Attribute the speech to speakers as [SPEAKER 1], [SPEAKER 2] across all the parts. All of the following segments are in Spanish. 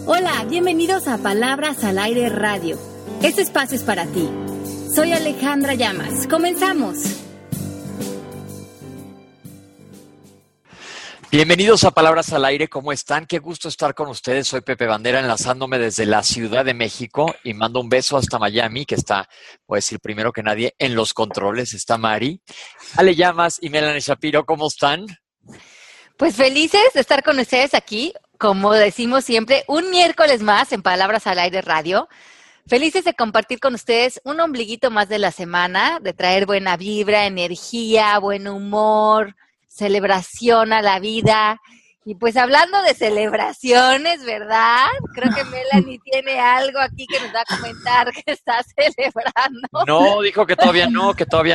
[SPEAKER 1] Hola, bienvenidos a Palabras al Aire Radio. Este espacio es para ti. Soy Alejandra Llamas. ¡Comenzamos!
[SPEAKER 2] Bienvenidos a Palabras al Aire, ¿cómo están? Qué gusto estar con ustedes. Soy Pepe Bandera, enlazándome desde la Ciudad de México y mando un beso hasta Miami, que está, voy a decir primero que nadie, en los controles está Mari. Ale Llamas y Melanie Shapiro, ¿cómo están?
[SPEAKER 3] Pues felices de estar con ustedes aquí, como decimos siempre, un miércoles más en Palabras al Aire Radio. Felices de compartir con ustedes un ombliguito más de la semana, de traer buena vibra, energía, buen humor, celebración a la vida. Y pues hablando de celebraciones, ¿verdad? Creo que Melanie tiene algo aquí que nos va a comentar que está celebrando.
[SPEAKER 2] No, dijo que todavía no.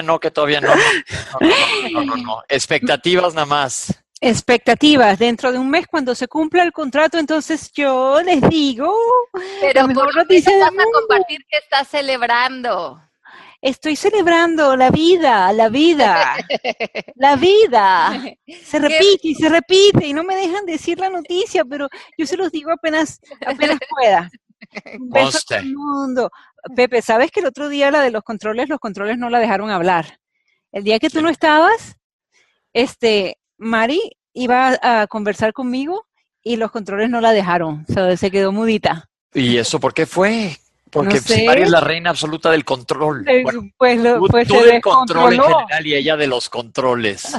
[SPEAKER 2] No. Expectativas nada más.
[SPEAKER 4] Expectativas. Dentro de un mes, cuando se cumpla el contrato, entonces yo les digo...
[SPEAKER 3] Pero por lo menos vas a compartir que estás celebrando.
[SPEAKER 4] Estoy celebrando la vida. La vida. Se repite y no me dejan decir la noticia, pero yo se los digo apenas pueda. Un beso a todo el mundo. Pepe, ¿sabes que el otro día la de los controles no la dejaron hablar? El día que tú no estabas, Mari iba a conversar conmigo y los controles no la dejaron, o sea, se quedó mudita.
[SPEAKER 2] ¿Y eso por qué fue? Porque
[SPEAKER 4] no sé.
[SPEAKER 2] Mari es la reina absoluta del control.
[SPEAKER 4] Bueno,
[SPEAKER 2] tú del control en general y ella de los controles.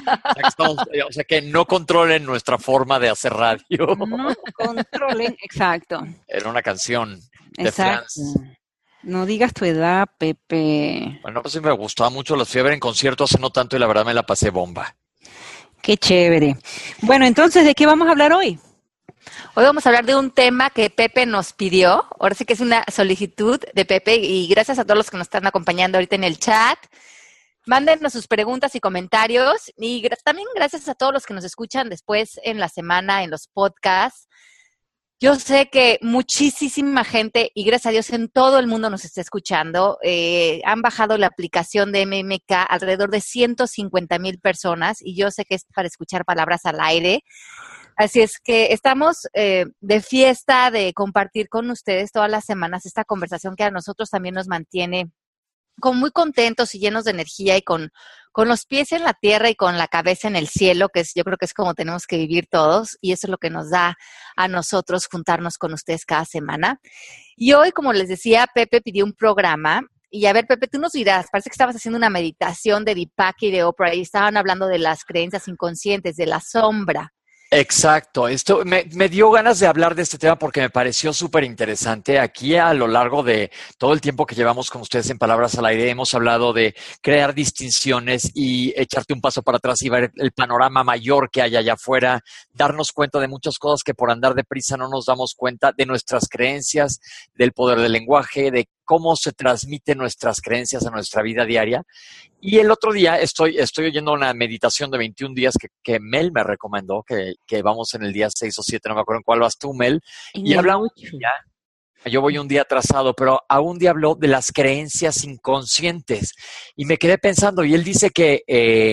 [SPEAKER 2] O sea, que no controlen nuestra forma de hacer radio.
[SPEAKER 4] No controlen, exacto.
[SPEAKER 2] Era una canción de France.
[SPEAKER 4] No digas tu edad, Pepe.
[SPEAKER 2] Bueno, pues sí me gustaba mucho Los Fiebre en concierto hace no tanto y la verdad me la pasé bomba.
[SPEAKER 4] Qué chévere. Bueno, entonces, ¿de qué vamos a hablar hoy?
[SPEAKER 3] Hoy vamos a hablar de un tema que Pepe nos pidió. Ahora sí que es una solicitud de Pepe y gracias a todos los que nos están acompañando ahorita en el chat. Mándenos sus preguntas y comentarios y también gracias a todos los que nos escuchan después en la semana en los podcasts. Yo sé que muchísima gente, y gracias a Dios en todo el mundo nos está escuchando, han bajado la aplicación de MMK alrededor de 150,000 personas y yo sé que es para escuchar Palabras al Aire. Así es que estamos de fiesta, de compartir con ustedes todas las semanas esta conversación que a nosotros también nos mantiene como muy contentos y llenos de energía y con los pies en la tierra y con la cabeza en el cielo, que yo creo que es como tenemos que vivir todos y eso es lo que nos da a nosotros juntarnos con ustedes cada semana. Y hoy, como les decía, Pepe pidió un programa y a ver, Pepe, tú nos dirás, parece que estabas haciendo una meditación de Deepak y de Oprah y estaban hablando de las creencias inconscientes, de la sombra.
[SPEAKER 2] Exacto, esto me dio ganas de hablar de este tema porque me pareció súper interesante. Aquí a lo largo de todo el tiempo que llevamos con ustedes en Palabras al Aire hemos hablado de crear distinciones y echarte un paso para atrás y ver el panorama mayor que hay allá afuera, darnos cuenta de muchas cosas que por andar deprisa no nos damos cuenta, de nuestras creencias, del poder del lenguaje, de cómo se transmiten nuestras creencias a nuestra vida diaria. Y el otro día estoy oyendo una meditación de 21 días que Mel me recomendó, que vamos en el día 6 o 7, no me acuerdo en cuál vas tú, Mel. Y habla un día, yo voy un día atrasado, pero a un día habló de las creencias inconscientes. Y me quedé pensando, y él dice que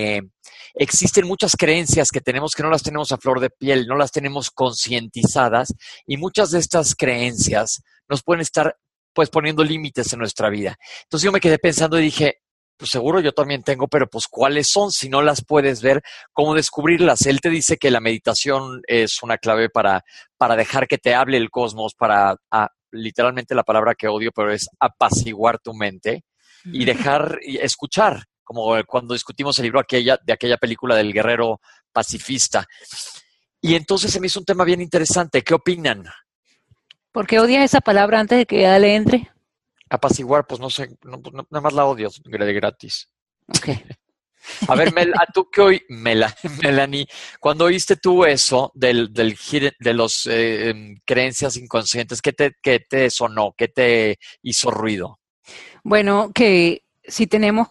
[SPEAKER 2] existen muchas creencias que tenemos que no las tenemos a flor de piel, no las tenemos concientizadas, y muchas de estas creencias nos pueden estar pues poniendo límites en nuestra vida. Entonces yo me quedé pensando y dije, pues seguro yo también tengo, pero pues ¿cuáles son? Si no las puedes ver, ¿cómo descubrirlas? Él te dice que la meditación es una clave para dejar que te hable el cosmos, literalmente la palabra que odio, pero es apaciguar tu mente y dejar y escuchar, como cuando discutimos el libro de aquella película del guerrero pacifista. Y entonces se me hizo un tema bien interesante. ¿Qué opinan?
[SPEAKER 4] ¿Por qué odias esa palabra antes de que ya le entre?
[SPEAKER 2] Apaciguar, pues no sé, nada más la odio de gratis.
[SPEAKER 4] Ok.
[SPEAKER 2] A ver, tú que Melanie, cuando oíste tú eso de los creencias inconscientes, ¿qué te sonó? ¿Qué te hizo ruido?
[SPEAKER 4] Bueno, que si tenemos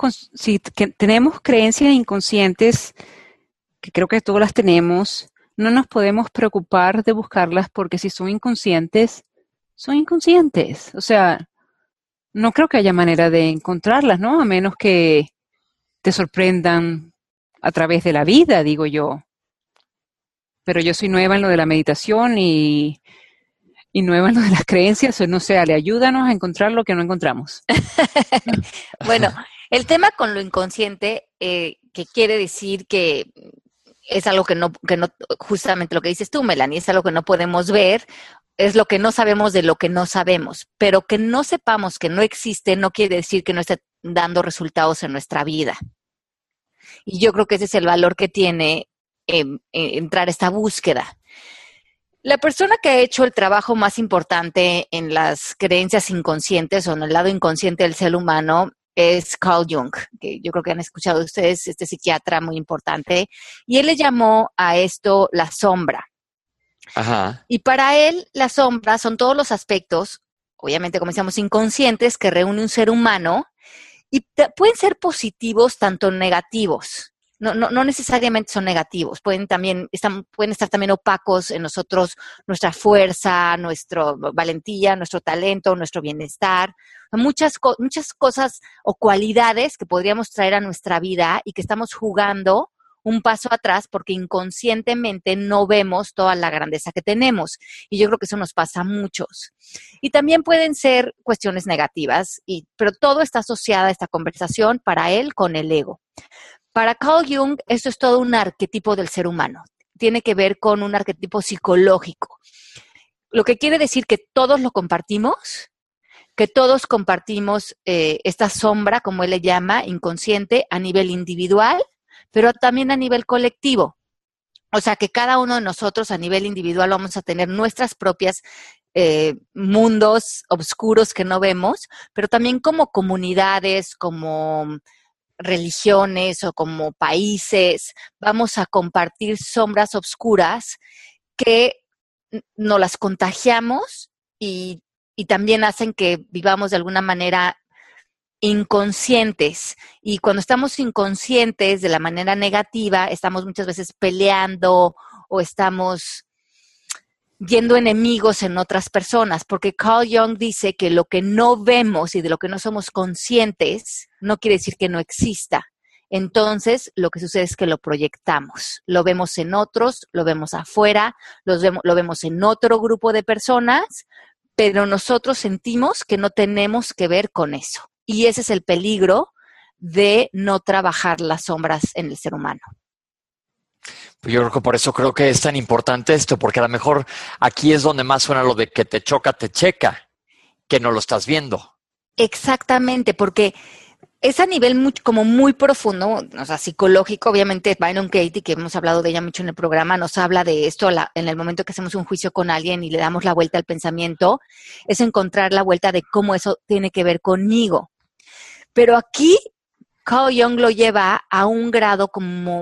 [SPEAKER 4] creencias inconscientes, que creo que todas las tenemos, no nos podemos preocupar de buscarlas porque si son inconscientes, son inconscientes. O sea, no creo que haya manera de encontrarlas, ¿no? A menos que te sorprendan a través de la vida, digo yo. Pero yo soy nueva en lo de la meditación y y nueva en lo de las creencias, o no sé, Ale, ayúdanos a encontrar lo que no encontramos.
[SPEAKER 3] Bueno, el tema con lo inconsciente, que quiere decir que es algo que no, justamente lo que dices tú, Melanie, es algo que no podemos ver, es lo que no sabemos de lo que no sabemos, pero que no sepamos que no existe no quiere decir que no esté dando resultados en nuestra vida. Y yo creo que ese es el valor que tiene entrar a esta búsqueda. La persona que ha hecho el trabajo más importante en las creencias inconscientes o en el lado inconsciente del ser humano es Carl Jung, que yo creo que han escuchado ustedes, este psiquiatra muy importante, y él le llamó a esto la sombra.
[SPEAKER 2] Ajá.
[SPEAKER 3] Y para él, la sombra son todos los aspectos, obviamente como decíamos, inconscientes, que reúne un ser humano, y pueden ser positivos, tanto negativos. No necesariamente son negativos, pueden estar también opacos en nosotros, nuestra fuerza, nuestra valentía, nuestro talento, nuestro bienestar, muchas cosas o cualidades que podríamos traer a nuestra vida y que estamos jugando un paso atrás porque inconscientemente no vemos toda la grandeza que tenemos. Y yo creo que eso nos pasa a muchos. Y también pueden ser cuestiones negativas, pero todo está asociado a esta conversación para él con el ego. Para Carl Jung, esto es todo un arquetipo del ser humano. Tiene que ver con un arquetipo psicológico. Lo que quiere decir que todos lo compartimos, que todos compartimos esta sombra, como él le llama, inconsciente, a nivel individual, pero también a nivel colectivo. O sea, que cada uno de nosotros a nivel individual vamos a tener nuestras propias mundos oscuros que no vemos, pero también como comunidades, como religiones o como países, vamos a compartir sombras oscuras que nos las contagiamos y también hacen que vivamos de alguna manera inconscientes. Y cuando estamos inconscientes de la manera negativa, estamos muchas veces peleando o estamos viendo enemigos en otras personas, porque Carl Jung dice que lo que no vemos y de lo que no somos conscientes no quiere decir que no exista. Entonces, lo que sucede es que lo proyectamos. Lo vemos en otros, lo vemos afuera, lo vemos en otro grupo de personas, pero nosotros sentimos que no tenemos que ver con eso. Y ese es el peligro de no trabajar las sombras en el ser humano.
[SPEAKER 2] Yo creo que por eso creo que es tan importante esto, porque a lo mejor aquí es donde más suena lo de que te choca, te checa, que no lo estás viendo. Exactamente,
[SPEAKER 3] porque es a nivel muy profundo, o sea, psicológico. Obviamente Byron Katie, que hemos hablado de ella mucho en el programa, nos habla de esto en el momento que hacemos un juicio con alguien y le damos la vuelta al pensamiento, es encontrar la vuelta de cómo eso tiene que ver conmigo. Pero aquí Carl Jung lo lleva a un grado como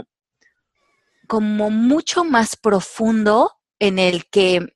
[SPEAKER 3] mucho más profundo, en el que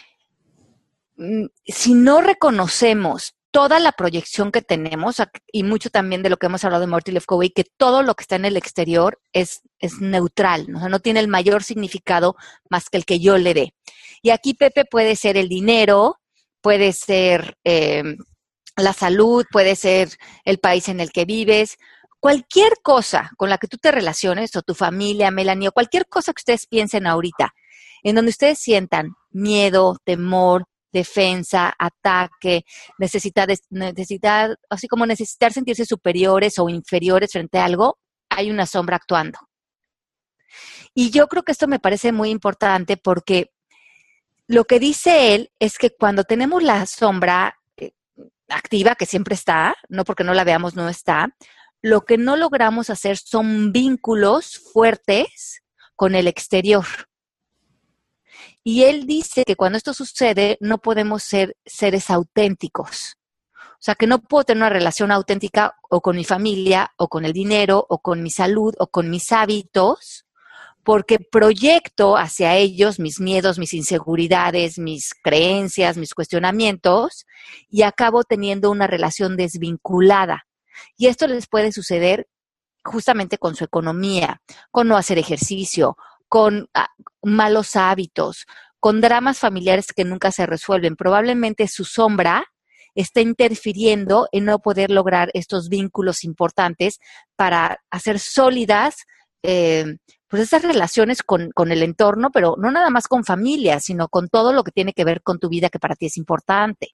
[SPEAKER 3] si no reconocemos toda la proyección que tenemos, y mucho también de lo que hemos hablado de Morty Lefkowitz, que todo lo que está en el exterior es neutral, ¿no? O sea, no tiene el mayor significado más que el que yo le dé. Y aquí, Pepe, puede ser el dinero, puede ser la salud, puede ser el país en el que vives. Cualquier cosa con la que tú te relaciones, o tu familia, Melanie, o cualquier cosa que ustedes piensen ahorita, en donde ustedes sientan miedo, temor, defensa, ataque, necesitar, así como necesitar sentirse superiores o inferiores frente a algo, hay una sombra actuando. Y yo creo que esto me parece muy importante, porque lo que dice él es que cuando tenemos la sombra activa, que siempre está, no porque no la veamos, no está, lo que no logramos hacer son vínculos fuertes con el exterior. Y él dice que cuando esto sucede, no podemos ser seres auténticos. O sea, que no puedo tener una relación auténtica o con mi familia, o con el dinero, o con mi salud, o con mis hábitos, porque proyecto hacia ellos mis miedos, mis inseguridades, mis creencias, mis cuestionamientos, y acabo teniendo una relación desvinculada. Y esto les puede suceder justamente con su economía, con no hacer ejercicio, con malos hábitos, con dramas familiares que nunca se resuelven. Probablemente su sombra está interfiriendo en no poder lograr estos vínculos importantes para hacer sólidas pues esas relaciones con el entorno, pero no nada más con familia, sino con todo lo que tiene que ver con tu vida que para ti es importante.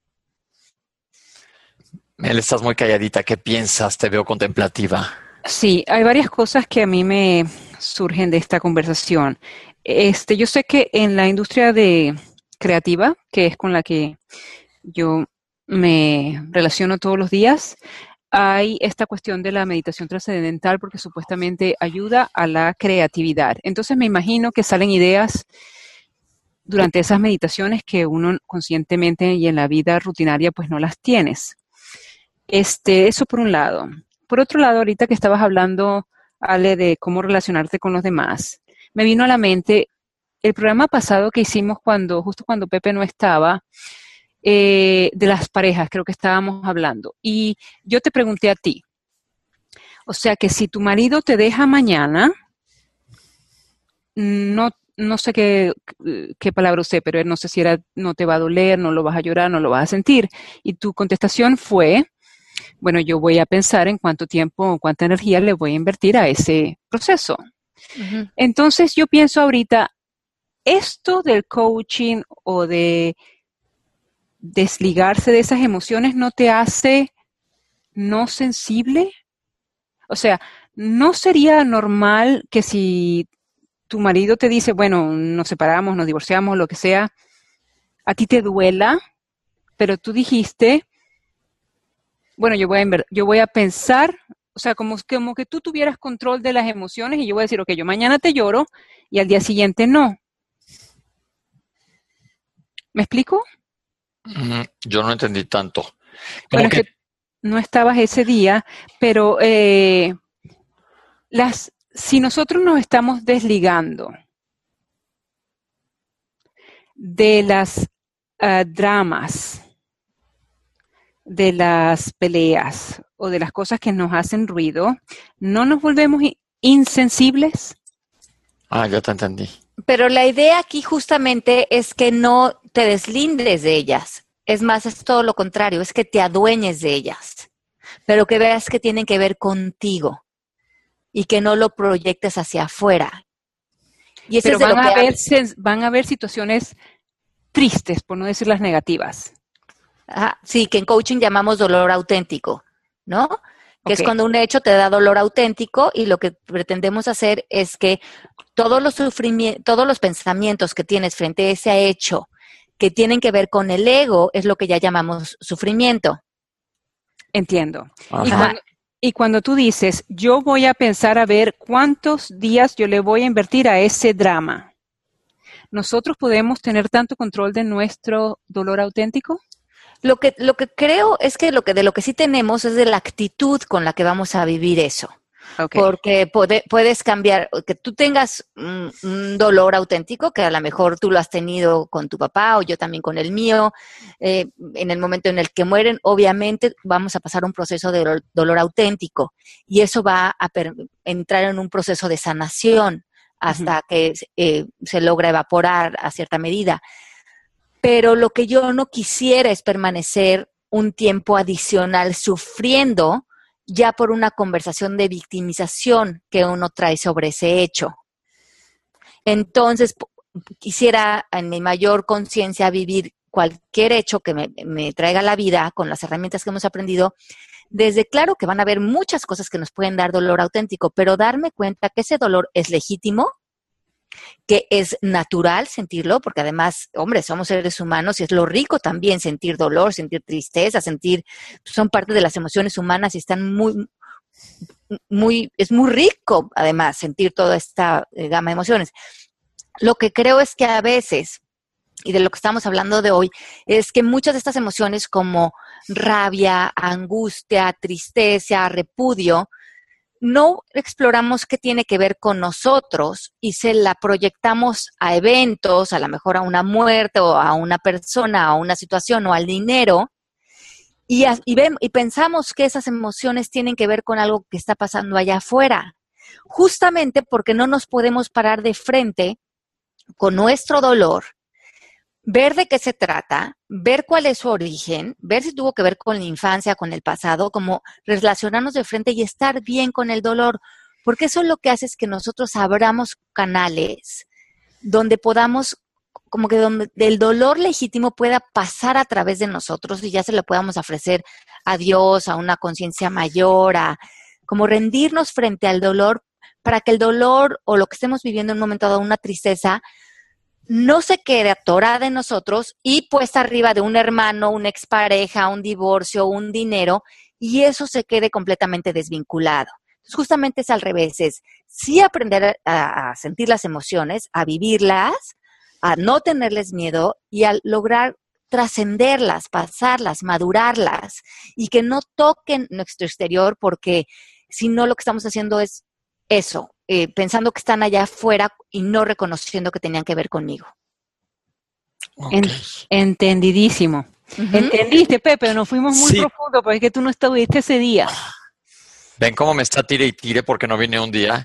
[SPEAKER 2] Mel, estás muy calladita. ¿Qué piensas? Te veo contemplativa.
[SPEAKER 4] Sí, hay varias cosas que a mí me surgen de esta conversación. Yo sé que en la industria creativa, que es con la que yo me relaciono todos los días, hay esta cuestión de la meditación trascendental porque supuestamente ayuda a la creatividad. Entonces me imagino que salen ideas durante esas meditaciones que uno conscientemente y en la vida rutinaria pues no las tienes. Eso por un lado. Por otro lado, ahorita que estabas hablando, Ale, de cómo relacionarte con los demás, me vino a la mente el programa pasado que hicimos justo cuando Pepe no estaba, de las parejas, creo que estábamos hablando. Y yo te pregunté a ti, o sea que si tu marido te deja mañana, no sé qué palabra usé, pero no sé si era no te va a doler, no lo vas a llorar, no lo vas a sentir. Y tu contestación fue, bueno, yo voy a pensar en cuánto tiempo o cuánta energía le voy a invertir a ese proceso. Uh-huh. Entonces yo pienso ahorita, esto del coaching o de desligarse de esas emociones no te hace no sensible. O sea, ¿no sería normal que si tu marido te dice, bueno, nos separamos, nos divorciamos, lo que sea, a ti te duela, pero tú dijiste, bueno, yo voy a pensar, o sea, como que tú tuvieras control de las emociones y yo voy a decir, ok, yo mañana te lloro y al día siguiente no. ¿Me explico?
[SPEAKER 2] Yo no entendí tanto.
[SPEAKER 4] Bueno, es que no estabas ese día, pero si nosotros nos estamos desligando de las dramas, de las peleas o de las cosas que nos hacen ruido, ¿no nos volvemos insensibles?
[SPEAKER 2] Ya te entendí.
[SPEAKER 3] Pero la idea aquí justamente es que no te deslindes de ellas. Es más, es todo lo contrario, es que te adueñes de ellas, pero que veas que tienen que ver contigo y que no lo proyectes hacia afuera. Y eso
[SPEAKER 4] pero
[SPEAKER 3] es
[SPEAKER 4] van a haber situaciones tristes, por no decir las negativas.
[SPEAKER 3] Sí, que en coaching llamamos dolor auténtico, ¿no? Que es cuando un hecho te da dolor auténtico y lo que pretendemos hacer es que todos los pensamientos que tienes frente a ese hecho que tienen que ver con el ego es lo que ya llamamos sufrimiento.
[SPEAKER 4] Entiendo. Y cuando tú dices, yo voy a pensar a ver cuántos días yo le voy a invertir a ese drama, ¿nosotros podemos tener tanto control de nuestro dolor auténtico?
[SPEAKER 3] Lo que creo es que de lo que sí tenemos es de la actitud con la que vamos a vivir eso. Okay. Porque puedes cambiar, que tú tengas un dolor auténtico, que a lo mejor tú lo has tenido con tu papá o yo también con el mío, en el momento en el que mueren, obviamente vamos a pasar un proceso de dolor auténtico y eso va a entrar en un proceso de sanación hasta que se logra evaporar a cierta medida. Pero lo que yo no quisiera es permanecer un tiempo adicional sufriendo ya por una conversación de victimización que uno trae sobre ese hecho. Entonces, quisiera en mi mayor conciencia vivir cualquier hecho que me traiga la vida con las herramientas que hemos aprendido, desde claro que van a haber muchas cosas que nos pueden dar dolor auténtico, pero darme cuenta que ese dolor es legítimo, que es natural sentirlo, porque además, hombre, somos seres humanos y es lo rico también sentir dolor, sentir tristeza, son parte de las emociones humanas y están es muy rico además sentir toda esta gama de emociones. Lo que creo es que a veces, y de lo que estamos hablando de hoy, es que muchas de estas emociones como rabia, angustia, tristeza, repudio, no exploramos qué tiene que ver con nosotros y se la proyectamos a eventos, a lo mejor a una muerte o a una persona, a una situación o al dinero y pensamos que esas emociones tienen que ver con algo que está pasando allá afuera, justamente porque no nos podemos parar de frente con nuestro dolor, ver de qué se trata, ver cuál es su origen, ver si tuvo que ver con la infancia, con el pasado, como relacionarnos de frente y estar bien con el dolor. porque eso lo que hace es que nosotros abramos canales donde podamos, como que donde el dolor legítimo pueda pasar a través de nosotros y ya se lo podamos ofrecer a Dios, a una conciencia mayor, a como rendirnos frente al dolor, para que el dolor o lo que estemos viviendo en un momento dado, una tristeza, no se quede atorada en nosotros y puesta arriba de un hermano, una expareja, un divorcio, un dinero, y eso se quede completamente desvinculado. Entonces, justamente es al revés, es sí aprender a sentir las emociones, a vivirlas, a no tenerles miedo y a lograr trascenderlas, pasarlas, madurarlas y que no toquen nuestro exterior, porque si no lo que estamos haciendo es eso, pensando que están allá afuera y no reconociendo que tenían que ver conmigo.
[SPEAKER 2] Okay.
[SPEAKER 4] Entendidísimo. Entendiste, Pepe, nos fuimos muy profundo, porque es que tú no estuviste ese día.
[SPEAKER 2] ¿Ven cómo me está tire y tire porque no vine un día?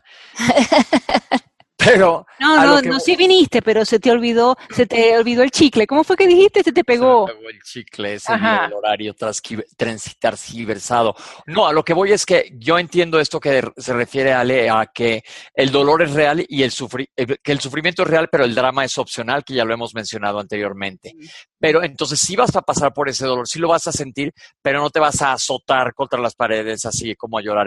[SPEAKER 2] Pero
[SPEAKER 4] no, sí viniste, pero se te olvidó el chicle. ¿Cómo fue que dijiste? Se te pegó.
[SPEAKER 2] Se me pegó el chicle, ese día del horario transversado. No, a lo que voy es que yo entiendo esto que se refiere, Ale, a que el dolor es real y que el sufrimiento es real, pero el drama es opcional, que ya lo hemos mencionado anteriormente. Pero entonces sí vas a pasar por ese dolor, sí lo vas a sentir, pero no te vas a azotar contra las paredes así como a llorar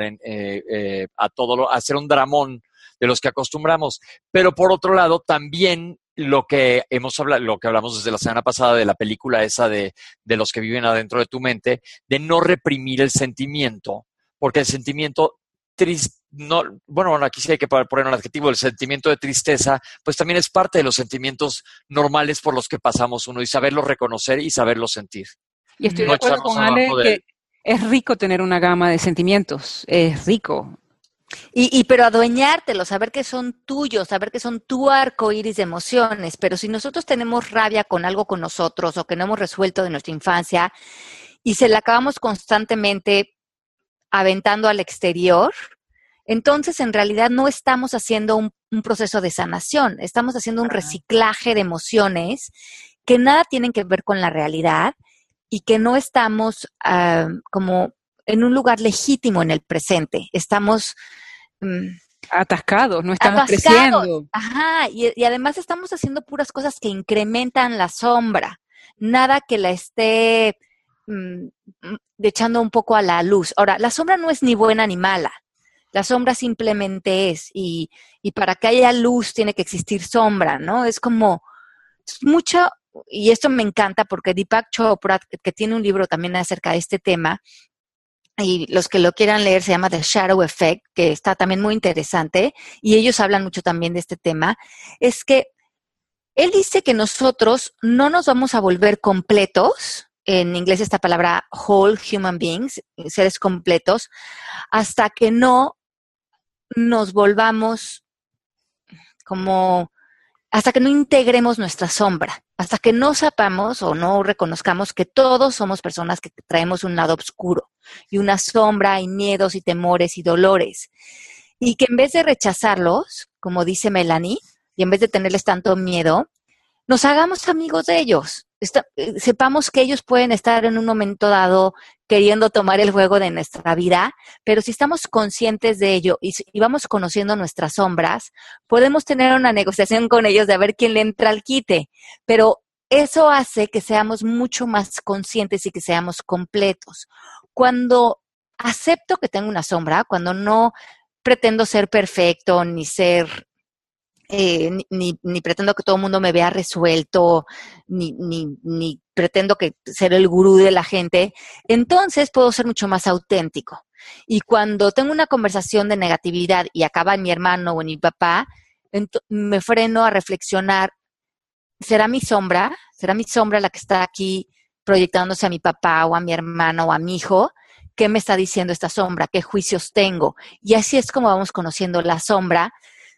[SPEAKER 2] a hacer un dramón de los que acostumbramos. Pero por otro lado, también lo que hablamos desde la semana pasada de la película esa de los que viven adentro de tu mente, de no reprimir el sentimiento, porque el sentimiento triste, aquí sí hay que poner un adjetivo, el sentimiento de tristeza, pues también es parte de los sentimientos normales por los que pasamos uno, y saberlo reconocer y saberlo sentir.
[SPEAKER 4] Y estoy de acuerdo con Ale que es rico tener una gama de sentimientos, es rico.
[SPEAKER 3] Pero adueñártelo, saber que son tuyos, saber que son tu arco iris de emociones. Pero si nosotros tenemos rabia con algo con nosotros o que no hemos resuelto de nuestra infancia y se la acabamos constantemente aventando al exterior, entonces en realidad no estamos haciendo un proceso de sanación, estamos haciendo un reciclaje de emociones que nada tienen que ver con la realidad y que no estamos como en un lugar legítimo en el presente. Estamos
[SPEAKER 4] atascados, no estamos creciendo.
[SPEAKER 3] Ajá, y además estamos haciendo puras cosas que incrementan la sombra, nada que la esté echando un poco a la luz. Ahora, la sombra no es ni buena ni mala, la sombra simplemente es, y para que haya luz tiene que existir sombra, ¿no? Es como mucho, y esto me encanta porque Deepak Chopra, que tiene un libro también acerca de este tema, y los que lo quieran leer, se llama The Shadow Effect, que está también muy interesante, y ellos hablan mucho también de este tema, es que él dice que nosotros no nos vamos a volver completos, en inglés esta palabra whole human beings, seres completos, hasta que no nos volvamos hasta que no integremos nuestra sombra, hasta que no sepamos o no reconozcamos que todos somos personas que traemos un lado oscuro y una sombra y miedos y temores y dolores. Y que en vez de rechazarlos, como dice Melanie, y en vez de tenerles tanto miedo, nos hagamos amigos de ellos. Sepamos que ellos pueden estar en un momento dado queriendo tomar el juego de nuestra vida, pero si estamos conscientes de ello y vamos conociendo nuestras sombras, podemos tener una negociación con ellos de a ver quién le entra al quite. Pero eso hace que seamos mucho más conscientes y que seamos completos. Cuando acepto que tengo una sombra, cuando no pretendo ser perfecto ni ser... ni pretendo que todo el mundo me vea resuelto, ni pretendo ser el gurú de la gente, entonces puedo ser mucho más auténtico. Y cuando tengo una conversación de negatividad y acaba en mi hermano o en mi papá, me freno a reflexionar, ¿será mi sombra? ¿Será mi sombra la que está aquí proyectándose a mi papá o a mi hermano o a mi hijo? ¿Qué me está diciendo esta sombra? ¿Qué juicios tengo? Y así es como vamos conociendo la sombra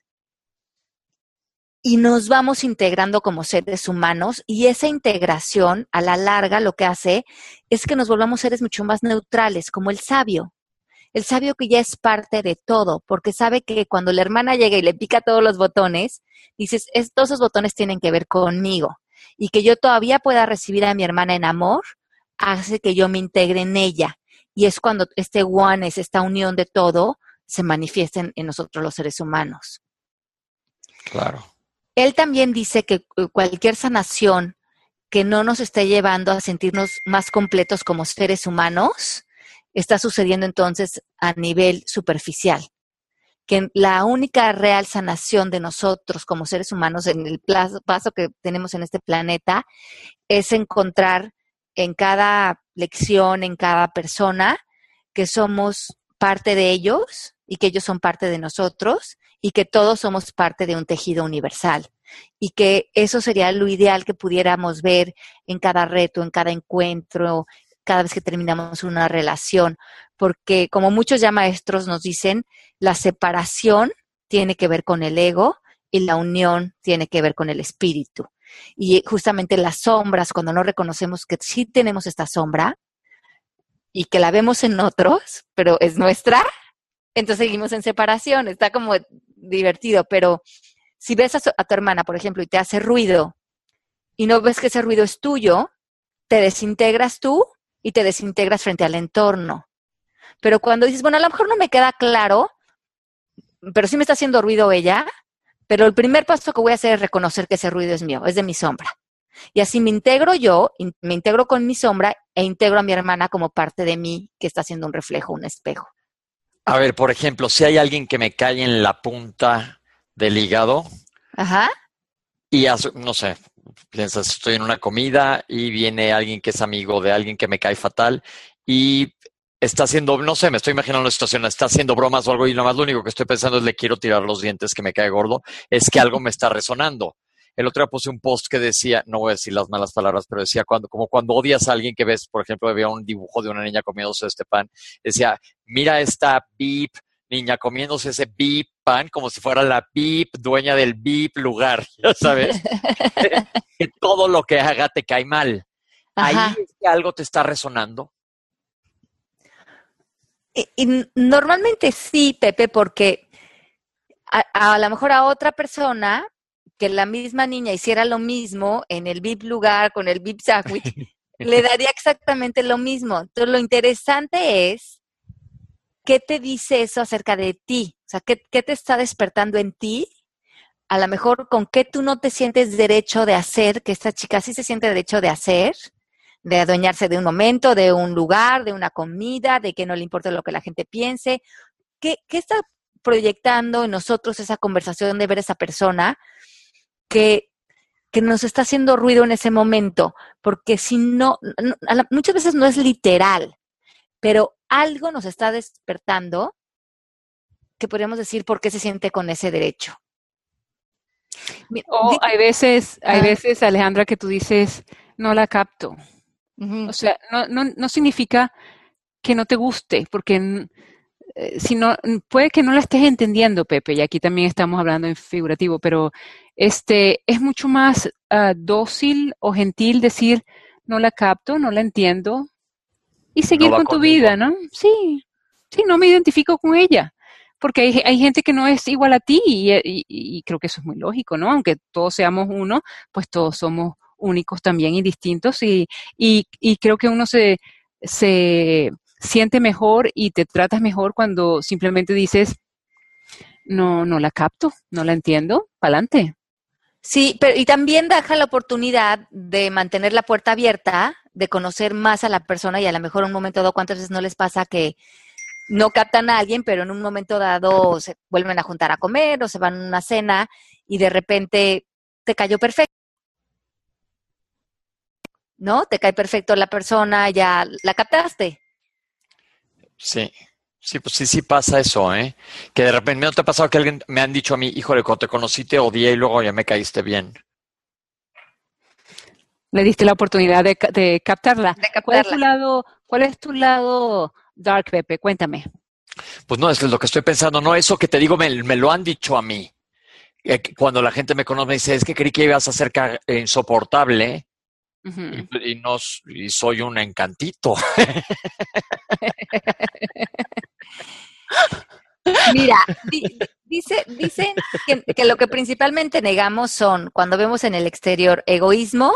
[SPEAKER 3] y nos vamos integrando como seres humanos, y esa integración a la larga lo que hace es que nos volvamos seres mucho más neutrales, como el sabio que ya es parte de todo, porque sabe que cuando la hermana llega y le pica todos los botones, dices, todos esos botones tienen que ver conmigo, y que yo todavía pueda recibir a mi hermana en amor, hace que yo me integre en ella, y es cuando este oneness, esta unión de todo, se manifiesten en nosotros los seres humanos.
[SPEAKER 2] Claro.
[SPEAKER 3] Él también dice que cualquier sanación que no nos esté llevando a sentirnos más completos como seres humanos está sucediendo entonces a nivel superficial. Que la única real sanación de nosotros como seres humanos en el paso que tenemos en este planeta es encontrar en cada lección, en cada persona, que somos parte de ellos y que ellos son parte de nosotros y que todos somos parte de un tejido universal. Y que eso sería lo ideal que pudiéramos ver en cada reto, en cada encuentro, cada vez que terminamos una relación. Porque como muchos ya maestros nos dicen, la separación tiene que ver con el ego y la unión tiene que ver con el espíritu. Y justamente las sombras, cuando no reconocemos que sí tenemos esta sombra y que la vemos en otros, pero es nuestra, entonces seguimos en separación. Está como divertido, pero si ves a tu hermana, por ejemplo, y te hace ruido y no ves que ese ruido es tuyo, te desintegras tú y te desintegras frente al entorno. Pero cuando dices, bueno, a lo mejor no me queda claro, pero sí me está haciendo ruido ella, pero el primer paso que voy a hacer es reconocer que ese ruido es mío, es de mi sombra. Y así me integro yo, me integro con mi sombra e integro a mi hermana como parte de mí que está haciendo un reflejo, un espejo.
[SPEAKER 2] A ver, por ejemplo, si hay alguien que me cae en la punta del hígado,
[SPEAKER 3] Ajá.
[SPEAKER 2] y no sé, piensas, estoy en una comida y viene alguien que es amigo de alguien que me cae fatal y está haciendo, no sé, me estoy imaginando una situación, está haciendo bromas o algo y nomás lo único que estoy pensando es le quiero tirar los dientes que me cae gordo, es que algo me está resonando. El otro día puse un post que decía, no voy a decir las malas palabras, pero decía como cuando odias a alguien que ves, por ejemplo, había un dibujo de una niña comiéndose este pan, decía, mira esta beep niña comiéndose ese beep pan como si fuera la beep dueña del beep lugar, ya sabes, que todo lo que haga te cae mal.
[SPEAKER 3] Ajá.
[SPEAKER 2] Ahí es que algo te está resonando.
[SPEAKER 3] Y normalmente sí, Pepe, porque a lo mejor a otra persona que la misma niña hiciera lo mismo en el VIP lugar con el VIP sandwich, le daría exactamente lo mismo. Entonces, lo interesante es qué te dice eso acerca de ti. O sea, qué te está despertando en ti. A lo mejor con qué tú no te sientes derecho de hacer, que esta chica sí se siente derecho de hacer, de adueñarse de un momento, de un lugar, de una comida, de que no le importe lo que la gente piense. ¿Qué está proyectando en nosotros esa conversación de ver a esa persona que nos está haciendo ruido en ese momento? Porque si no, muchas veces no es literal, pero algo nos está despertando que podríamos decir por qué se siente con ese derecho.
[SPEAKER 4] O hay veces, Alejandra, que tú dices, no la capto.
[SPEAKER 3] Uh-huh.
[SPEAKER 4] O sea, no significa que no te guste, porque si no, puede que no la estés entendiendo, Pepe, y aquí también estamos hablando en figurativo, pero es mucho más dócil o gentil decir, no la capto, no la entiendo, y seguir
[SPEAKER 2] No va
[SPEAKER 4] con tu
[SPEAKER 2] conmigo.
[SPEAKER 4] vida, ¿no? Sí, no me identifico con ella. Porque hay gente que no es igual a ti y creo que eso es muy lógico, ¿no? Aunque todos seamos uno, pues todos somos únicos también y distintos y creo que uno se siente mejor y te tratas mejor cuando simplemente dices, no la capto, no la entiendo, pa'lante.
[SPEAKER 3] Sí, pero y también deja la oportunidad de mantener la puerta abierta, de conocer más a la persona y a lo mejor en un momento dado, ¿cuántas veces no les pasa que no captan a alguien, pero en un momento dado se vuelven a juntar a comer o se van a una cena y de repente te cayó perfecto, ¿no? Te cae perfecto la persona, ya la captaste.
[SPEAKER 2] Sí, pues sí pasa eso, ¿eh? Que de repente, ¿no te ha pasado que alguien me han dicho a mí, híjole, cuando te conocí te odié y luego ya me caíste bien?
[SPEAKER 4] Le diste la oportunidad de captarla.
[SPEAKER 3] De captarla.
[SPEAKER 4] ¿Cuál es tu lado dark, Pepe? Cuéntame.
[SPEAKER 2] Pues no, es lo que estoy pensando, no, eso que te digo me lo han dicho a mí. Cuando la gente me conoce me dice, es que creí que ibas a ser insoportable
[SPEAKER 4] Uh-huh.
[SPEAKER 2] y soy un encantito.
[SPEAKER 3] Mira, dicen que lo que principalmente negamos son, cuando vemos en el exterior, egoísmo,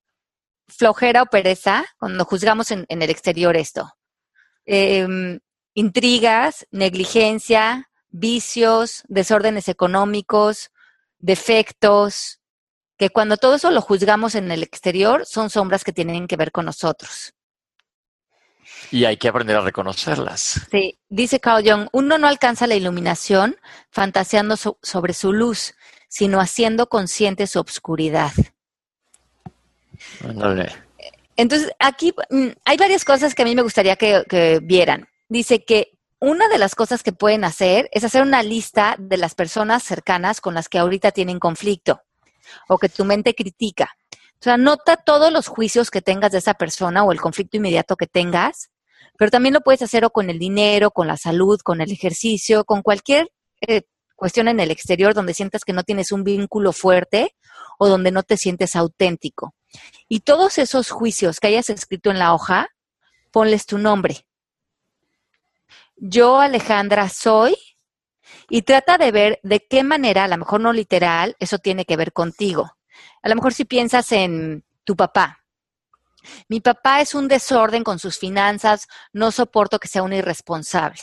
[SPEAKER 3] flojera o pereza, cuando juzgamos en el exterior esto. intrigas, negligencia, vicios, desórdenes económicos, defectos, que cuando todo eso lo juzgamos en el exterior, son sombras que tienen que ver con nosotros.
[SPEAKER 2] Y hay que aprender a reconocerlas.
[SPEAKER 3] Sí, dice Carl Jung, uno no alcanza la iluminación fantaseando sobre su luz, sino haciendo consciente su obscuridad.
[SPEAKER 2] Ándale.
[SPEAKER 3] Entonces, aquí hay varias cosas que a mí me gustaría que vieran. Dice que una de las cosas que pueden hacer es hacer una lista de las personas cercanas con las que ahorita tienen conflicto o que tu mente critica. O sea, anota todos los juicios que tengas de esa persona o el conflicto inmediato que tengas, pero también lo puedes hacer o con el dinero, con la salud, con el ejercicio, con cualquier cuestión en el exterior donde sientas que no tienes un vínculo fuerte o donde no te sientes auténtico. Y todos esos juicios que hayas escrito en la hoja, ponles tu nombre. Yo, Alejandra, soy, y trata de ver de qué manera, a lo mejor no literal, eso tiene que ver contigo. A lo mejor si piensas en tu papá. Mi papá es un desorden con sus finanzas, no soporto que sea un irresponsable.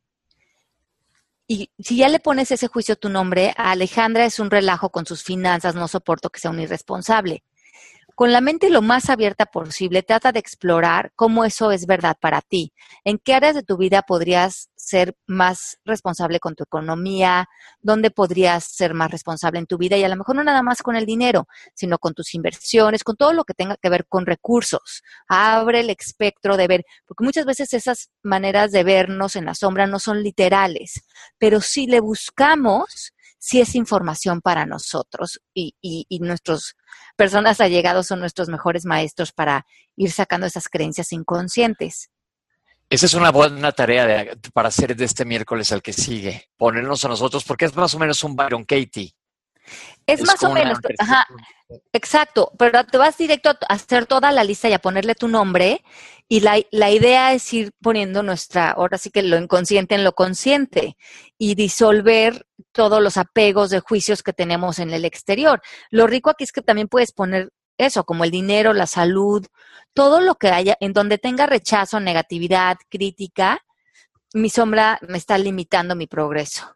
[SPEAKER 3] Y si ya le pones ese juicio a tu nombre, a Alejandra es un relajo con sus finanzas, no soporto que sea un irresponsable. Con la mente lo más abierta posible, trata de explorar cómo eso es verdad para ti. ¿En qué áreas de tu vida podrías ser más responsable con tu economía? ¿Dónde podrías ser más responsable en tu vida? Y a lo mejor no nada más con el dinero, sino con tus inversiones, con todo lo que tenga que ver con recursos. Abre el espectro de ver, porque muchas veces esas maneras de vernos en la sombra no son literales, pero si le buscamos, sí es información para nosotros y nuestros personas allegados son nuestros mejores maestros para ir sacando esas creencias inconscientes.
[SPEAKER 2] Esa es una buena tarea para hacer de este miércoles al que sigue. Ponernos a nosotros, porque es más o menos un Byron Katie.
[SPEAKER 3] Es más o menos, ajá, exacto, pero te vas directo a hacer toda la lista y a ponerle tu nombre y la idea es ir poniendo ahora sí que lo inconsciente en lo consciente y disolver todos los apegos de juicios que tenemos en el exterior. Lo rico aquí es que también puedes poner eso, como el dinero, la salud, todo lo que haya, en donde tenga rechazo, negatividad, crítica, mi sombra me está limitando mi progreso.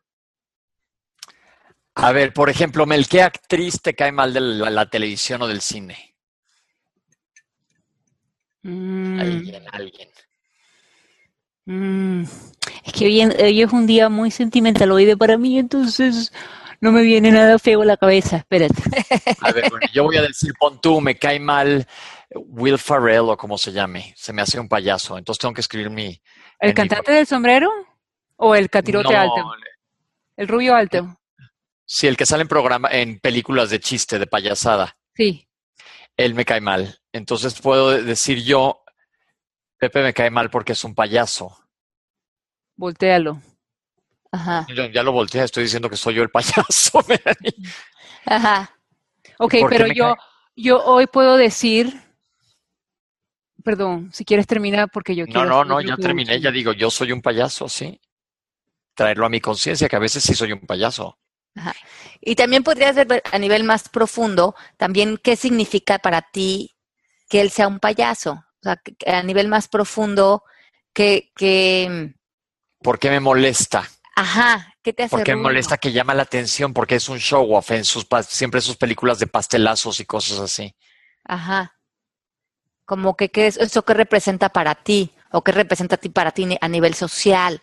[SPEAKER 2] A ver, por ejemplo, Mel, ¿qué actriz te cae mal de la televisión o del cine? Alguien.
[SPEAKER 4] Es que hoy es un día muy sentimentaloide para mí, entonces no me viene nada feo a la cabeza. Espérate.
[SPEAKER 2] A ver, bueno, yo voy a decir, pon tú, me cae mal Will Ferrell o como se llame. Se me hace un payaso, entonces tengo que escribir
[SPEAKER 4] ¿El cantante del sombrero o el catirote alto? ¿El rubio alto?
[SPEAKER 2] Sí, el que sale en películas de chiste, de payasada.
[SPEAKER 4] Sí.
[SPEAKER 2] Él me cae mal. Entonces puedo decir yo, Pepe me cae mal porque es un payaso.
[SPEAKER 4] Voltéalo.
[SPEAKER 3] Ajá.
[SPEAKER 2] Ya lo volteé, estoy diciendo que soy yo el payaso.
[SPEAKER 3] Ajá.
[SPEAKER 4] Ok, pero yo hoy puedo decir, perdón, si quieres terminar porque yo quiero...
[SPEAKER 2] No, ya terminé, ya digo, yo soy un payaso, sí. Traerlo a mi conciencia, que a veces sí soy un payaso.
[SPEAKER 3] Ajá. Y también podrías ver a nivel más profundo también qué significa para ti que él sea un payaso. O sea, a nivel más profundo, que
[SPEAKER 2] ¿Por qué me molesta?
[SPEAKER 3] Ajá, ¿qué te hace
[SPEAKER 2] ¿Por qué me
[SPEAKER 3] ruido?
[SPEAKER 2] molesta que llama la atención? Porque es un show off en siempre sus películas de pastelazos y cosas así.
[SPEAKER 3] Ajá. Como que qué es eso que representa para ti o qué representa para ti a nivel social.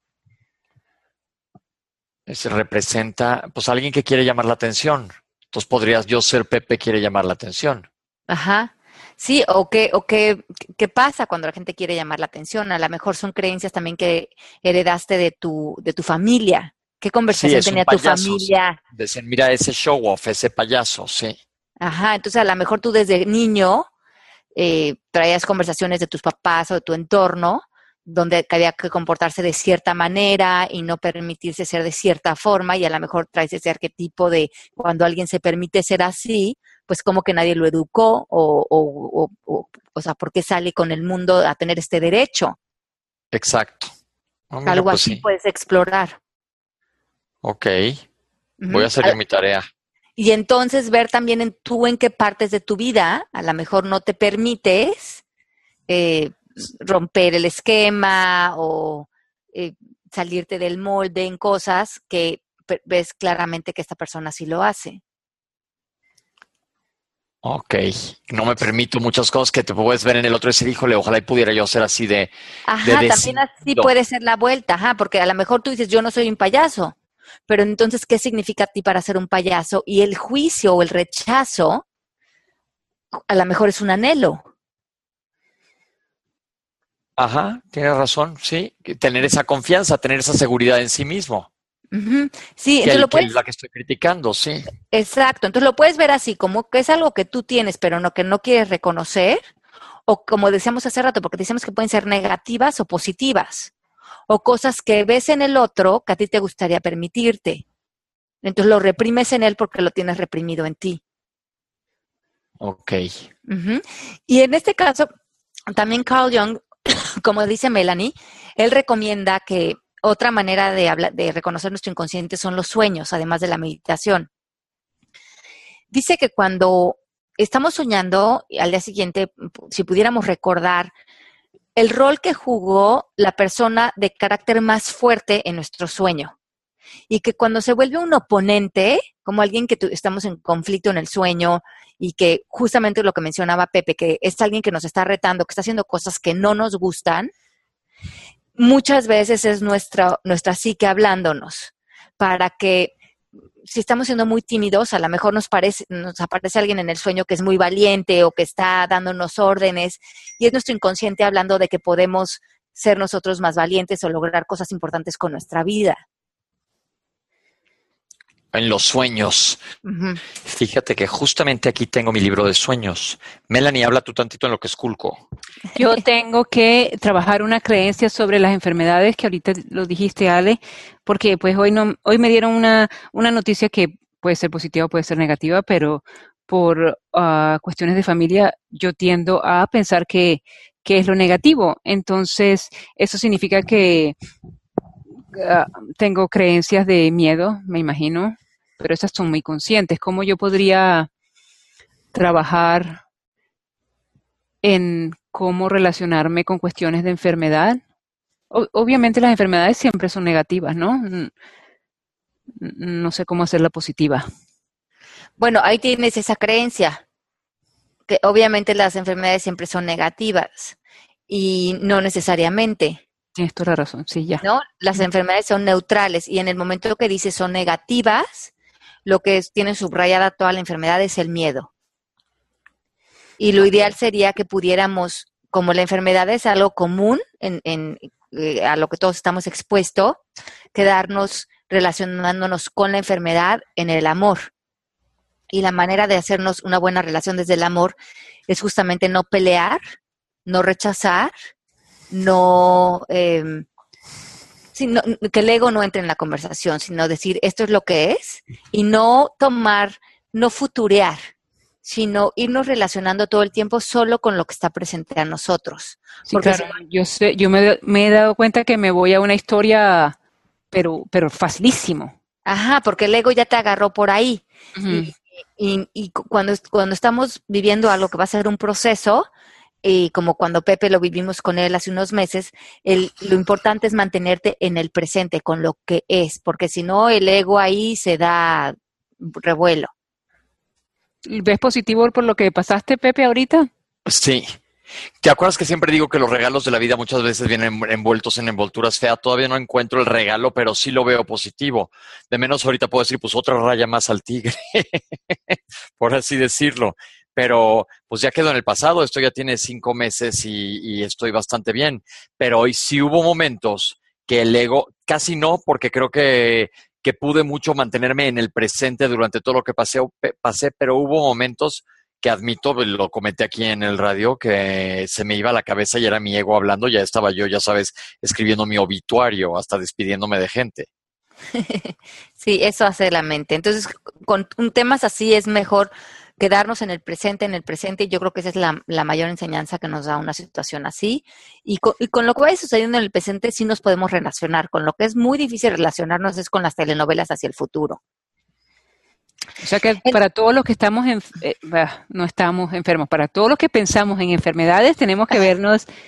[SPEAKER 2] Se representa, pues alguien que quiere llamar la atención. Entonces podrías yo ser Pepe quiere llamar la atención.
[SPEAKER 3] Ajá. Sí, o qué pasa cuando la gente quiere llamar la atención. A lo mejor son creencias también que heredaste de tu familia. ¿Qué conversación tenía tu familia?
[SPEAKER 2] Decían, mira ese show off, ese payaso, sí.
[SPEAKER 3] Ajá, entonces a lo mejor tú desde niño traías conversaciones de tus papás o de tu entorno donde había que comportarse de cierta manera y no permitirse ser de cierta forma y a lo mejor traes ese arquetipo de cuando alguien se permite ser así, pues como que nadie lo educó o sea, ¿por qué sale con el mundo a tener este derecho?
[SPEAKER 2] Exacto. Mira,
[SPEAKER 3] Algo
[SPEAKER 2] pues
[SPEAKER 3] así
[SPEAKER 2] sí.
[SPEAKER 3] puedes explorar.
[SPEAKER 2] Ok, voy a hacer yo mi tarea.
[SPEAKER 3] Y entonces ver también en qué partes de tu vida a lo mejor no te permites romper el esquema o salirte del molde en cosas que ves claramente que esta persona sí lo hace.
[SPEAKER 2] Ok, no me permito muchas cosas que te puedes ver en el otro y decir, híjole, ojalá y pudiera yo ser así de
[SPEAKER 3] Ajá, también así puede ser la vuelta, ajá, porque a lo mejor tú dices, yo no soy un payaso, pero entonces, ¿qué significa a ti para ser un payaso? Y el juicio o el rechazo, a lo mejor es un anhelo.
[SPEAKER 2] Ajá, tienes razón, sí, tener esa confianza, tener esa seguridad en sí mismo.
[SPEAKER 3] Uh-huh. Sí,
[SPEAKER 2] Que,
[SPEAKER 3] entonces lo
[SPEAKER 2] que
[SPEAKER 3] puedes...
[SPEAKER 2] la que estoy criticando, sí.
[SPEAKER 3] Exacto, entonces lo puedes ver así, como que es algo que tú tienes, pero no que no quieres reconocer, o como decíamos hace rato, porque decíamos que pueden ser negativas o positivas, o cosas que ves en el otro que a ti te gustaría permitirte. Entonces lo reprimes en él porque lo tienes reprimido en ti.
[SPEAKER 2] Ok.
[SPEAKER 3] Uh-huh. Y en este caso, también Carl Jung, como dice Melanie, él recomienda que otra manera de reconocer nuestro inconsciente son los sueños, además de la meditación. Dice que cuando estamos soñando, al día siguiente, si pudiéramos recordar el rol que jugó la persona de carácter más fuerte en nuestro sueño, y que cuando se vuelve un oponente, como alguien que estamos en conflicto en el sueño, y que justamente lo que mencionaba Pepe, que es alguien que nos está retando, que está haciendo cosas que no nos gustan, muchas veces es nuestra psique hablándonos para que, si estamos siendo muy tímidos, a lo mejor nos aparece alguien en el sueño que es muy valiente o que está dándonos órdenes, y es nuestro inconsciente hablando de que podemos ser nosotros más valientes o lograr cosas importantes con nuestra vida.
[SPEAKER 2] En los sueños.
[SPEAKER 3] Uh-huh.
[SPEAKER 2] Fíjate que justamente aquí tengo mi libro de sueños. Melanie, habla tú tantito en lo que esculco.
[SPEAKER 4] Yo tengo que trabajar una creencia sobre las enfermedades, que ahorita lo dijiste, Ale, porque pues hoy me dieron una noticia que puede ser positiva o puede ser negativa, pero por cuestiones de familia yo tiendo a pensar que es lo negativo. Entonces, eso significa que tengo creencias de miedo, me imagino, pero esas son muy conscientes. ¿Cómo yo podría trabajar en cómo relacionarme con cuestiones de enfermedad? Obviamente las enfermedades siempre son negativas, ¿no? No sé cómo hacerla positiva.
[SPEAKER 3] Bueno, ahí tienes esa creencia, que obviamente las enfermedades siempre son negativas y no necesariamente.
[SPEAKER 4] Tienes toda la razón, sí, ya.
[SPEAKER 3] ¿No? Las enfermedades son neutrales y en el momento que dices son negativas, lo que tiene subrayada toda la enfermedad es el miedo. Y lo ideal sería que pudiéramos, como la enfermedad es algo común a lo que todos estamos expuestos, quedarnos relacionándonos con la enfermedad en el amor. Y la manera de hacernos una buena relación desde el amor es justamente no pelear, no rechazar, que el ego no entre en la conversación, sino decir esto es lo que es, y no futurear, sino irnos relacionando todo el tiempo solo con lo que está presente a nosotros.
[SPEAKER 4] Sí, claro, yo me he dado cuenta que me voy a una historia, pero facilísimo.
[SPEAKER 3] Ajá, porque el ego ya te agarró por ahí.
[SPEAKER 4] Uh-huh.
[SPEAKER 3] Y cuando estamos viviendo algo que va a ser un proceso, y como cuando Pepe lo vivimos con él hace unos meses, lo importante es mantenerte en el presente con lo que es, porque si no el ego ahí se da revuelo.
[SPEAKER 4] ¿Ves positivo por lo que pasaste, Pepe, ahorita?
[SPEAKER 2] Sí. ¿Te acuerdas que siempre digo que los regalos de la vida muchas veces vienen envueltos en envolturas feas? Todavía no encuentro el regalo, pero sí lo veo positivo. De menos ahorita puedo decir, pues otra raya más al tigre, por así decirlo. Pero pues ya quedó en el pasado, esto ya tiene 5 meses y estoy bastante bien. Pero hoy sí hubo momentos que el ego, casi no, porque creo que pude mucho mantenerme en el presente durante todo lo que pasé, pero hubo momentos que admito, lo comenté aquí en el radio, que se me iba a la cabeza y era mi ego hablando, ya estaba yo, ya sabes, escribiendo mi obituario, hasta despidiéndome de gente.
[SPEAKER 3] Sí, eso hace la mente. Entonces, con temas así es mejor quedarnos en el presente, y yo creo que esa es la mayor enseñanza que nos da una situación así. Y con lo que vaya sucediendo en el presente sí nos podemos relacionar. Con lo que es muy difícil relacionarnos es con las telenovelas hacia el futuro.
[SPEAKER 4] O sea que para todos los que estamos no estamos enfermos, para todos los que pensamos en enfermedades tenemos que vernos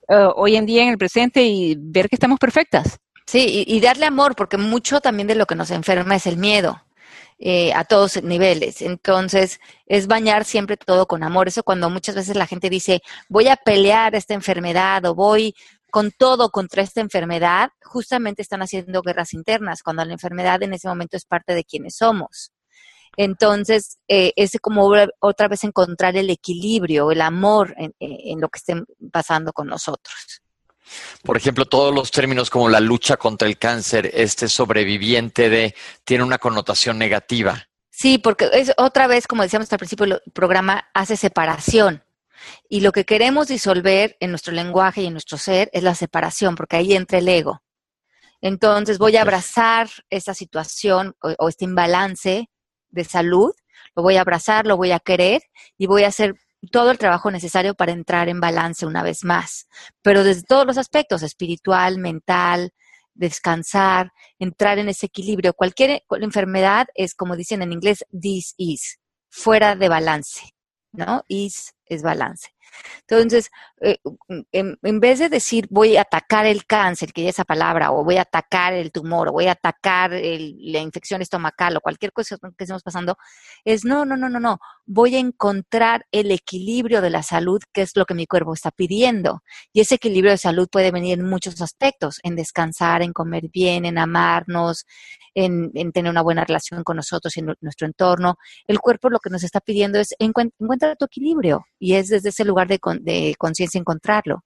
[SPEAKER 4] hoy en día en el presente y ver que estamos perfectas.
[SPEAKER 3] Sí, y darle amor, porque mucho también de lo que nos enferma es el miedo. A todos niveles. Entonces, es bañar siempre todo con amor. Eso cuando muchas veces la gente dice, voy a pelear esta enfermedad o voy con todo contra esta enfermedad, justamente están haciendo guerras internas, cuando la enfermedad en ese momento es parte de quienes somos. Entonces, es como otra vez encontrar el equilibrio, el amor en lo que estén pasando con nosotros.
[SPEAKER 2] Por ejemplo, todos los términos como la lucha contra el cáncer, sobreviviente tiene una connotación negativa.
[SPEAKER 3] Sí, porque es otra vez, como decíamos al principio del programa, hace separación. Y lo que queremos disolver en nuestro lenguaje y en nuestro ser es la separación, porque ahí entra el ego. Entonces voy a abrazar esa situación o este imbalance de salud, lo voy a abrazar, lo voy a querer y voy a hacer todo el trabajo necesario para entrar en balance una vez más, pero desde todos los aspectos, espiritual, mental, descansar, entrar en ese equilibrio. Cualquier enfermedad es, como dicen en inglés, this is, fuera de balance, ¿no? Is es balance. Entonces, en vez de decir voy a atacar el cáncer, que ya es esa palabra, o voy a atacar el tumor, o voy a atacar la infección estomacal, o cualquier cosa que estemos pasando, es no. Voy a encontrar el equilibrio de la salud, que es lo que mi cuerpo está pidiendo. Y ese equilibrio de salud puede venir en muchos aspectos, en descansar, en comer bien, en amarnos, en tener una buena relación con nosotros y en nuestro entorno. El cuerpo lo que nos está pidiendo es encuentra tu equilibrio, y es desde ese lugar de conciencia encontrarlo.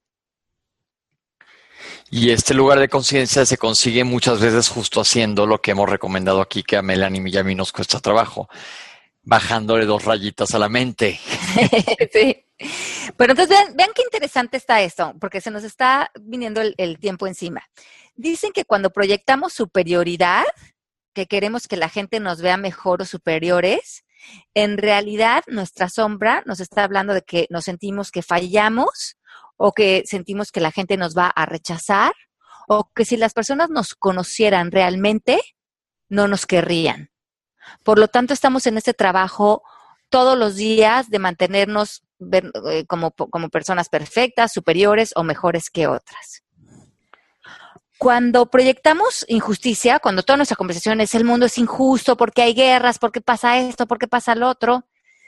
[SPEAKER 2] Y este lugar de conciencia se consigue muchas veces justo haciendo lo que hemos recomendado aquí, que a Melanie y a mí nos cuesta trabajo, bajándole 2 rayitas a la mente.
[SPEAKER 3] Sí. Pero entonces vean qué interesante está esto, porque se nos está viniendo el tiempo encima. Dicen que cuando proyectamos superioridad, que queremos que la gente nos vea mejor o superiores, en realidad nuestra sombra nos está hablando de que nos sentimos que fallamos o que sentimos que la gente nos va a rechazar o que si las personas nos conocieran realmente, no nos querrían. Por lo tanto, estamos en este trabajo todos los días de mantenernos como personas perfectas, superiores o mejores que otras. Cuando proyectamos injusticia, cuando toda nuestra conversación es el mundo es injusto, porque hay guerras, porque pasa esto, porque pasa lo otro,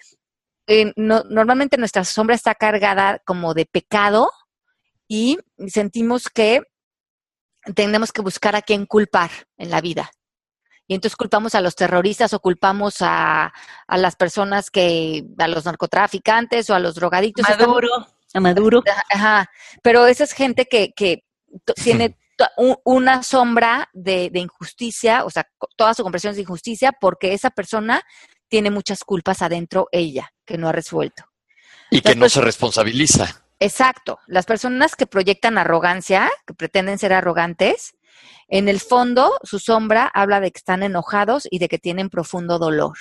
[SPEAKER 3] normalmente nuestra sombra está cargada como de pecado y sentimos que tenemos que buscar a quién culpar en la vida. Y entonces culpamos a los terroristas o culpamos a las personas a los narcotraficantes o a los drogadictos.
[SPEAKER 4] A Maduro.
[SPEAKER 3] Ajá, pero esa es gente que tiene una sombra de injusticia, o sea, toda su comprensión es de injusticia porque esa persona tiene muchas culpas adentro ella que no ha resuelto.
[SPEAKER 2] Y que no se responsabiliza.
[SPEAKER 3] Exacto. Las personas que proyectan arrogancia, que pretenden ser arrogantes, en el fondo su sombra habla de que están enojados y de que tienen profundo dolor.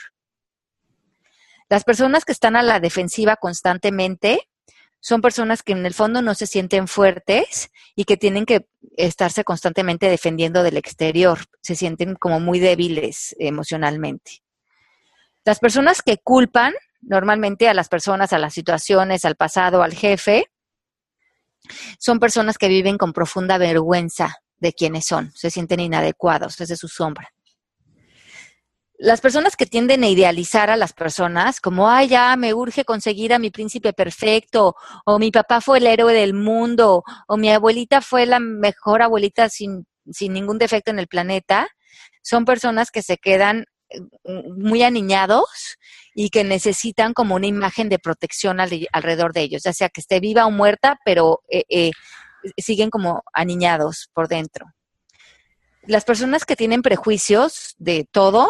[SPEAKER 3] Las personas que están a la defensiva constantemente son personas que en el fondo no se sienten fuertes y que tienen que estarse constantemente defendiendo del exterior. Se sienten como muy débiles emocionalmente. Las personas que culpan normalmente a las personas, a las situaciones, al pasado, al jefe, son personas que viven con profunda vergüenza de quiénes son. Se sienten inadecuados, esa es su sombra. Las personas que tienden a idealizar a las personas, como, ay, ya me urge conseguir a mi príncipe perfecto, o mi papá fue el héroe del mundo, o mi abuelita fue la mejor abuelita sin ningún defecto en el planeta, son personas que se quedan muy aniñados y que necesitan como una imagen de protección alrededor de ellos, ya sea que esté viva o muerta, pero siguen como aniñados por dentro. Las personas que tienen prejuicios de todo,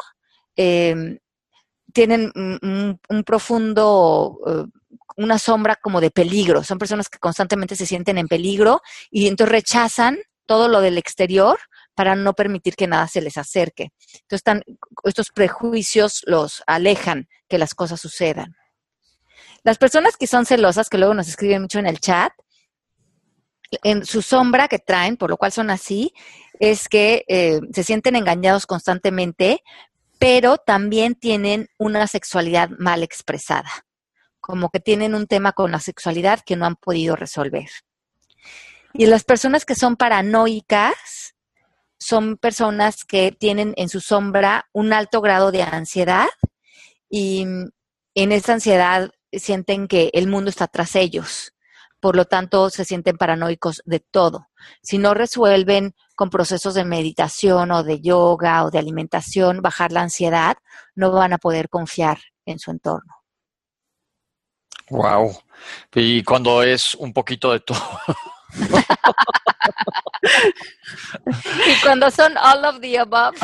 [SPEAKER 3] tienen un profundo, una sombra como de peligro. Son personas que constantemente se sienten en peligro y entonces rechazan todo lo del exterior para no permitir que nada se les acerque. Entonces estos prejuicios los alejan que las cosas sucedan. Las personas que son celosas, que luego nos escriben mucho en el chat, en su sombra que traen, por lo cual son así, es que se sienten engañados constantemente, pero también tienen una sexualidad mal expresada, como que tienen un tema con la sexualidad que no han podido resolver. Y las personas que son paranoicas son personas que tienen en su sombra un alto grado de ansiedad y en esa ansiedad sienten que el mundo está tras ellos. Por lo tanto, se sienten paranoicos de todo. Si no resuelven con procesos de meditación o de yoga o de alimentación, bajar la ansiedad, no van a poder confiar en su entorno.
[SPEAKER 2] Wow. Y cuando es un poquito de todo.
[SPEAKER 3] Y cuando son all of the above.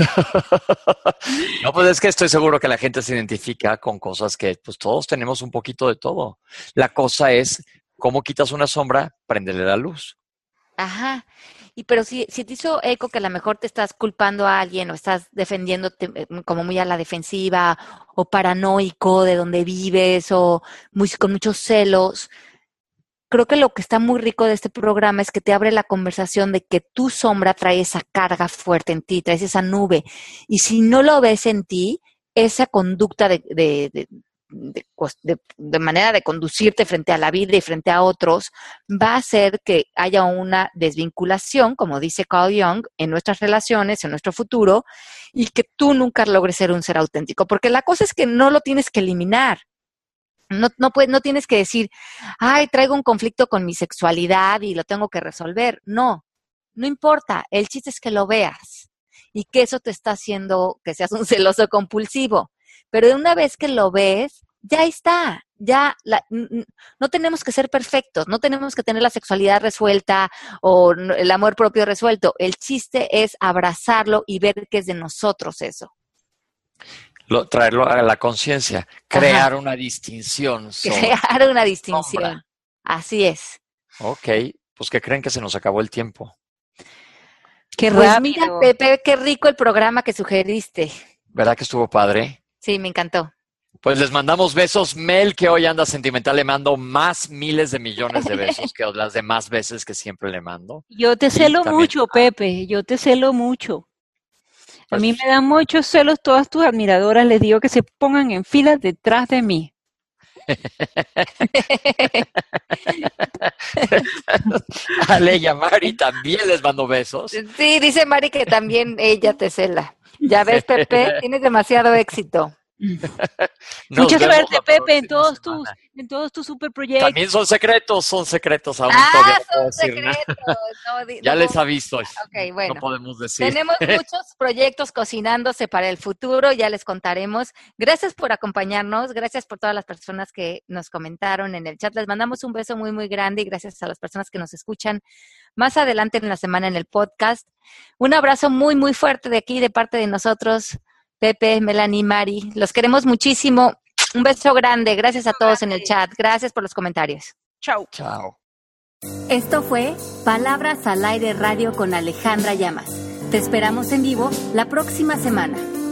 [SPEAKER 2] No, pues es que estoy seguro que la gente se identifica con cosas que pues todos tenemos un poquito de todo. La cosa es cómo quitas una sombra, préndele la luz.
[SPEAKER 3] Ajá. Pero si te hizo eco que a lo mejor te estás culpando a alguien o estás defendiéndote como muy a la defensiva o paranoico de donde vives o con muchos celos, creo que lo que está muy rico de este programa es que te abre la conversación de que tu sombra trae esa carga fuerte en ti, traes esa nube. Y si no lo ves en ti, esa conducta de manera de conducirte frente a la vida y frente a otros, va a hacer que haya una desvinculación, como dice Carl Jung, en nuestras relaciones, en nuestro futuro, y que tú nunca logres ser un ser auténtico. Porque la cosa es que no lo tienes que eliminar. No tienes que decir, ay, traigo un conflicto con mi sexualidad y lo tengo que resolver. No importa. El chiste es que lo veas y que eso te está haciendo que seas un celoso compulsivo. Pero una vez que lo ves, ya está. No tenemos que ser perfectos, no tenemos que tener la sexualidad resuelta o el amor propio resuelto. El chiste es abrazarlo y ver que es de nosotros eso.
[SPEAKER 2] Traerlo a la conciencia, crear una distinción.
[SPEAKER 3] Crear una distinción. Sombra. Así es.
[SPEAKER 2] Ok, pues ¿qué creen? Que se nos acabó el tiempo.
[SPEAKER 3] Qué rápido. Mira, Pepe, qué rico el programa que sugeriste.
[SPEAKER 2] ¿Verdad que estuvo padre?
[SPEAKER 3] Sí, me encantó.
[SPEAKER 2] Pues les mandamos besos. Mel, que hoy anda sentimental, le mando más miles de millones de besos que las demás veces que siempre le mando.
[SPEAKER 4] Yo te celo mucho, Pepe, yo te celo mucho. A mí me dan muchos celos todas tus admiradoras, les digo que se pongan en fila detrás de mí.
[SPEAKER 2] Ale y a Mari también les mando besos.
[SPEAKER 3] Sí, dice Mari que también ella te cela. Ya ves, Pepe, tienes demasiado éxito.
[SPEAKER 4] Mucha suerte, Pepe, en todos tus superproyectos.
[SPEAKER 2] También son secretos aún
[SPEAKER 3] son secretos.
[SPEAKER 2] Ya les aviso.
[SPEAKER 3] Okay, bueno.
[SPEAKER 2] No podemos decir.
[SPEAKER 3] Tenemos muchos proyectos cocinándose para el futuro, ya les contaremos. Gracias por acompañarnos, gracias por todas las personas que nos comentaron en el chat. Les mandamos un beso muy, muy grande y gracias a las personas que nos escuchan más adelante en la semana en el podcast. Un abrazo muy, muy fuerte de aquí, de parte de nosotros. Pepe, Melanie, Mari, los queremos muchísimo. Un beso grande. Gracias a todos en el chat. Gracias por los comentarios.
[SPEAKER 4] Chao.
[SPEAKER 2] Chao.
[SPEAKER 1] Esto fue Palabras al Aire Radio con Alejandra Llamas. Te esperamos en vivo la próxima semana.